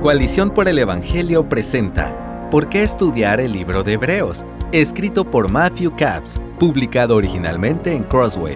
Coalición por el Evangelio presenta ¿Por qué estudiar el libro de Hebreos? Escrito por Matthew Capps, publicado originalmente en Crossway.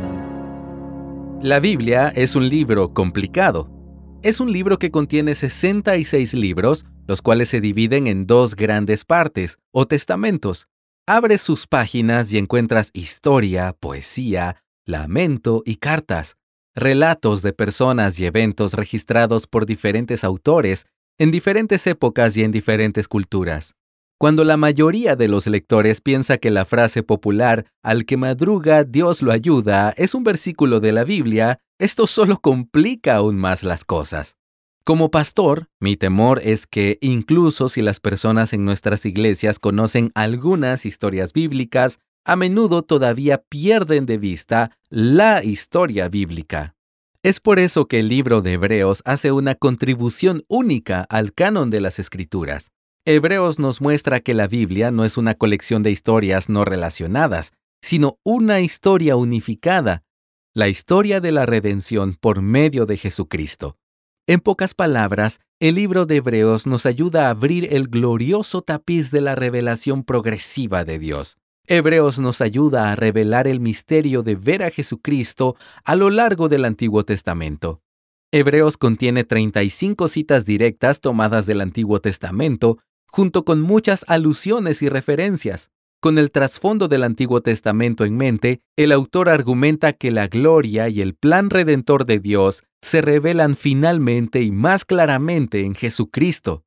La Biblia es un libro complicado. Es un libro que contiene 66 libros, los cuales se dividen en dos grandes partes, o testamentos. Abres sus páginas y encuentras historia, poesía, lamento y cartas, relatos de personas y eventos registrados por diferentes autores en diferentes épocas y en diferentes culturas. Cuando la mayoría de los lectores piensa que la frase popular «Al que madruga, Dios lo ayuda» es un versículo de la Biblia, esto solo complica aún más las cosas. Como pastor, mi temor es que incluso si las personas en nuestras iglesias conocen algunas historias bíblicas, a menudo todavía pierden de vista la historia bíblica. Es por eso que el libro de Hebreos hace una contribución única al canon de las Escrituras. Hebreos nos muestra que la Biblia no es una colección de historias no relacionadas, sino una historia unificada, la historia de la redención por medio de Jesucristo. En pocas palabras, el libro de Hebreos nos ayuda a abrir el glorioso tapiz de la revelación progresiva de Dios. Hebreos nos ayuda a revelar el misterio de ver a Jesucristo a lo largo del Antiguo Testamento. Hebreos contiene 35 citas directas tomadas del Antiguo Testamento, junto con muchas alusiones y referencias. Con el trasfondo del Antiguo Testamento en mente, el autor argumenta que la gloria y el plan redentor de Dios se revelan finalmente y más claramente en Jesucristo.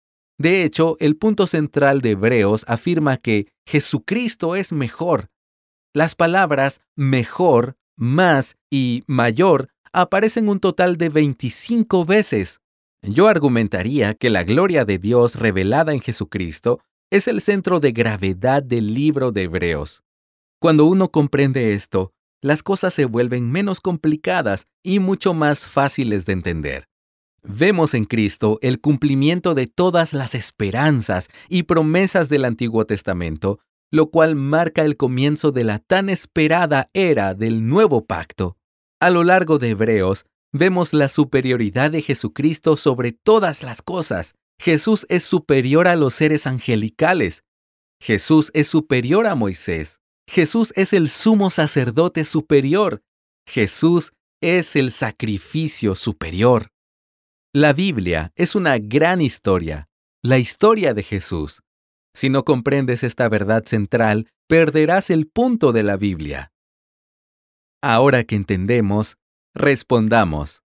De hecho, el punto central de Hebreos afirma que Jesucristo es mejor. Las palabras mejor, más y mayor aparecen un total de 25 veces. Yo argumentaría que la gloria de Dios revelada en Jesucristo es el centro de gravedad del libro de Hebreos. Cuando uno comprende esto, las cosas se vuelven menos complicadas y mucho más fáciles de entender. Vemos en Cristo el cumplimiento de todas las esperanzas y promesas del Antiguo Testamento, lo cual marca el comienzo de la tan esperada era del Nuevo Pacto. A lo largo de Hebreos, vemos la superioridad de Jesucristo sobre todas las cosas. Jesús es superior a los seres angelicales. Jesús es superior a Moisés. Jesús es el sumo sacerdote superior. Jesús es el sacrificio superior. La Biblia es una gran historia, la historia de Jesús. Si no comprendes esta verdad central, perderás el punto de la Biblia. Ahora que entendemos, respondamos.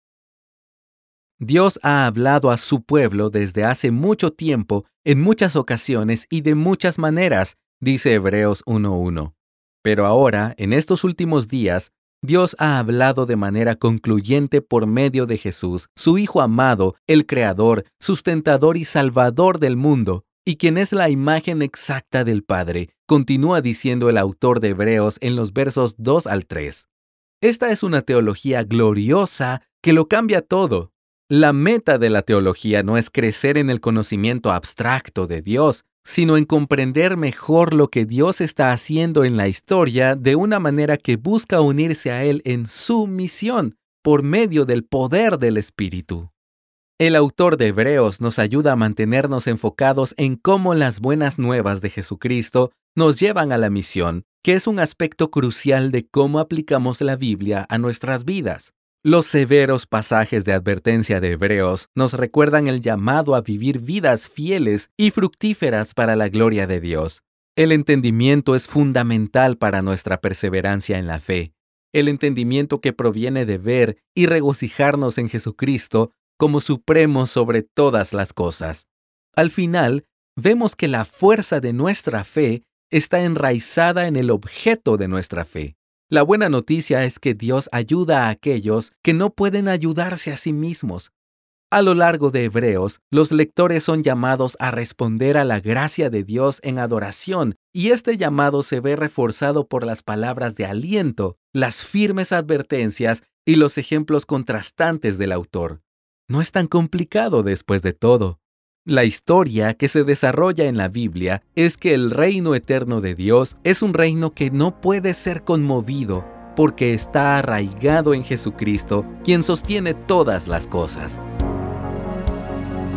Dios ha hablado a su pueblo desde hace mucho tiempo, en muchas ocasiones y de muchas maneras, dice Hebreos 1:1. Pero ahora, en estos últimos días, Dios ha hablado de manera concluyente por medio de Jesús, su Hijo amado, el Creador, sustentador y Salvador del mundo, y quien es la imagen exacta del Padre, continúa diciendo el autor de Hebreos en los versos 2 al 3. Esta es una teología gloriosa que lo cambia todo. La meta de la teología no es crecer en el conocimiento abstracto de Dios, sino en comprender mejor lo que Dios está haciendo en la historia de una manera que busca unirse a Él en su misión por medio del poder del Espíritu. El autor de Hebreos nos ayuda a mantenernos enfocados en cómo las buenas nuevas de Jesucristo nos llevan a la misión, que es un aspecto crucial de cómo aplicamos la Biblia a nuestras vidas. Los severos pasajes de advertencia de Hebreos nos recuerdan el llamado a vivir vidas fieles y fructíferas para la gloria de Dios. El entendimiento es fundamental para nuestra perseverancia en la fe. El entendimiento que proviene de ver y regocijarnos en Jesucristo como supremo sobre todas las cosas. Al final, vemos que la fuerza de nuestra fe está enraizada en el objeto de nuestra fe. La buena noticia es que Dios ayuda a aquellos que no pueden ayudarse a sí mismos. A lo largo de Hebreos, los lectores son llamados a responder a la gracia de Dios en adoración, y este llamado se ve reforzado por las palabras de aliento, las firmes advertencias y los ejemplos contrastantes del autor. No es tan complicado después de todo. La historia que se desarrolla en la Biblia es que el reino eterno de Dios es un reino que no puede ser conmovido porque está arraigado en Jesucristo, quien sostiene todas las cosas.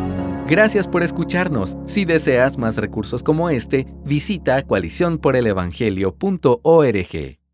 Gracias por escucharnos. Si deseas más recursos como este, visita coaliciónporelevangelio.org.